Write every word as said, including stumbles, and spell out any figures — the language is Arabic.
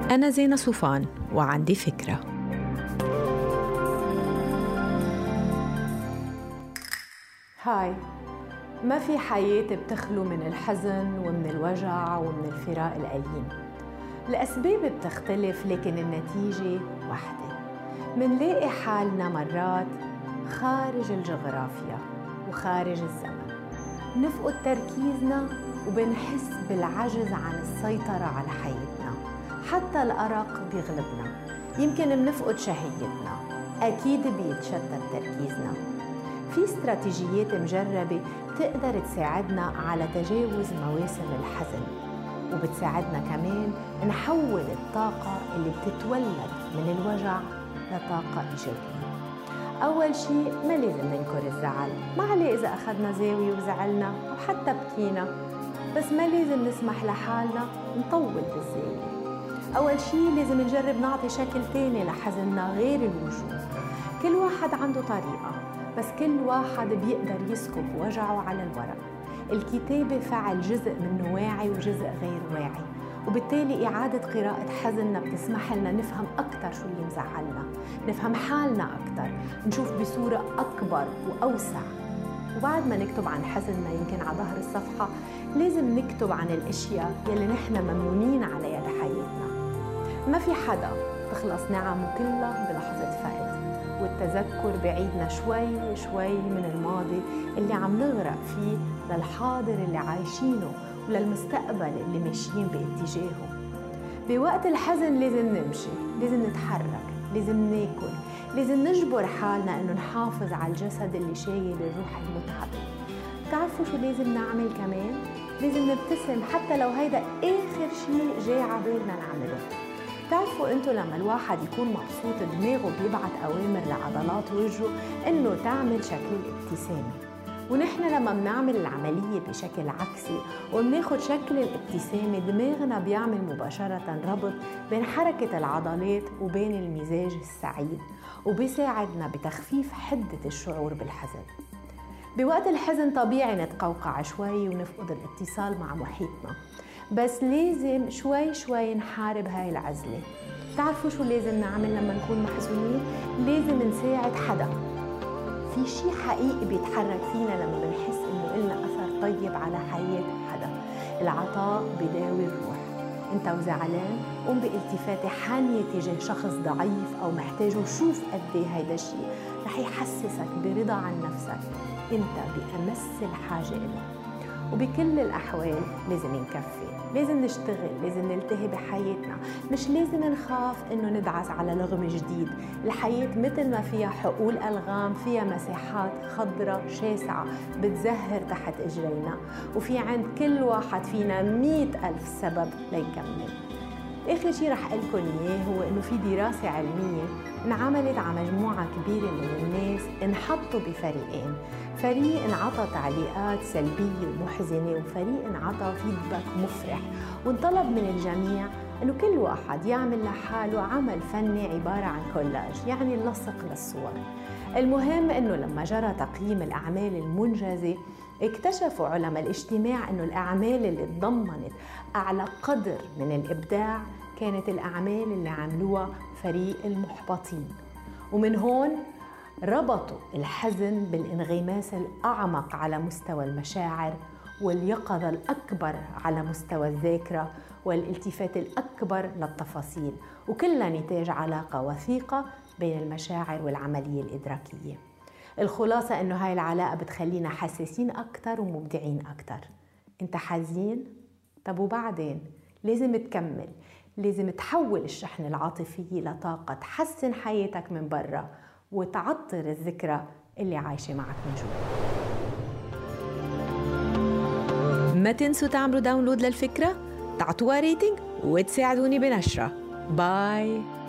أنا زينة صوفان وعندي فكرة. هاي، ما في حياة بتخلو من الحزن ومن الوجع ومن الفراق الأليم. الأسباب بتختلف لكن النتيجة واحدة. منلاقي حالنا مرات خارج الجغرافيا وخارج الزمن، نفقد تركيزنا وبنحس بالعجز عن السيطرة على حياتنا، حتى الأرق بيغلبنا، يمكن بنفقد شهيتنا، أكيد بيتشتت تركيزنا. في استراتيجيات مجربة بتقدر تساعدنا على تجاوز مواسم الحزن، وبتساعدنا كمان نحول الطاقة اللي بتتولد من الوجع لطاقة إيجابية. أول شيء، ما لازم ننكر الزعل، ما عليه إذا أخذنا زاوية وزعلنا أو حتى بكينا، بس ما لازم نسمح لحالنا نطول بالزاوية. أول شيء لازم نجرب نعطي شكل تاني لحزننا غير الوجود. كل واحد عنده طريقة، بس كل واحد بيقدر يسكب وجعه على الورق. الكتابة فعل جزء منه واعي وجزء غير واعي، وبالتالي إعادة قراءة حزننا بتسمح لنا نفهم أكتر شو اللي مزعلنا، نفهم حالنا أكتر، نشوف بصورة أكبر وأوسع. وبعد ما نكتب عن حزننا يمكن على ظهر الصفحة، لازم نكتب عن الأشياء يلي نحن ممنونين عليها بحياتنا. ما في حدا تخلص نعمه كلها بلحظة فقد، والتذكر بعيدنا شوي شوي من الماضي اللي عم نغرق فيه للحاضر اللي عايشينه وللمستقبل اللي ماشيين باتجاهه. بوقت الحزن لازم نمشي، لازم نتحرك، لازم ناكل، لازم نجبر حالنا انه نحافظ على الجسد اللي شايل الروح المتعبة. بتعرفوا شو لازم نعمل كمان؟ لازم نبتسم حتى لو هيدا آخر شيء جاي عبالنا نعمله. بتعرفوا انتو لما الواحد يكون مبسوط دماغه بيبعت أوامر لعضلات وجهه انه تعمل شكل الابتسامة، ونحن لما بنعمل العملية بشكل عكسي وبناخد شكل الابتسامة، دماغنا بيعمل مباشرة ربط بين حركة العضلات وبين المزاج السعيد، وبيساعدنا بتخفيف حدة الشعور بالحزن. بوقت الحزن طبيعي نتقوقع شوي ونفقد الاتصال مع محيطنا، بس لازم شوي شوي نحارب هاي العزلة. بتعرفوا شو لازم نعمل لما نكون محزونين؟ لازم نساعد حدا. في شي حقيقي بيتحرك فينا لما بنحس انه إلنا أثر طيب على حياة حدا. العطاء بداوي الروح. انت وزعلان، قم بالتفاتة حانية تجاه شخص ضعيف أو محتاج، وشوف قد ايه هيدا الشي رح يحسسك برضا عن نفسك، انت بأمس الحاجة إله. وبكل الأحوال لازم نكفي، لازم نشتغل، لازم نلتهي بحياتنا، مش لازم نخاف إنه ندعس على لغم جديد. الحياة مثل ما فيها حقول ألغام، فيها مساحات خضراء شاسعة بتزهر تحت إجرينا، وفي عند كل واحد فينا مئة ألف سبب ليكمل. آخر شي رح أقلكن إياه هو إنه في دراسة علمية انعملت على مجموعة كبيرة من الناس، انحطوا بفريقين، فريق انعطى تعليقات سلبية ومحزنة، وفريق انعطى فيدباك مفرح، وانطلب من الجميع إنه كل واحد يعمل لحاله عمل فني عبارة عن كولاج، يعني اللصق للصور. المهم إنه لما جرى تقييم الأعمال المنجزة، اكتشفوا علماء الاجتماع إنه الأعمال اللي تضمنت أعلى قدر من الإبداع كانت الأعمال اللي عملوها فريق المحبطين. ومن هون ربطوا الحزن بالانغماس الأعمق على مستوى المشاعر، واليقظة الأكبر على مستوى الذاكرة، والالتفات الأكبر للتفاصيل، وكلها نتاج علاقة وثيقة بين المشاعر والعملية الإدراكية. الخلاصة إنه هاي العلاقة بتخلينا حساسين أكتر ومبدعين أكتر. أنت حزين؟ طب وبعدين؟ لازم تكمل، لازم تحول الشحن العاطفي لطاقة تحسن حياتك من برا وتعطر الذكرى اللي عايشة معك من جوا. ما تنسوا تعملوا داونلود للفكرة، تعطوها ريتنج وتساعدوني بنشرة. باي.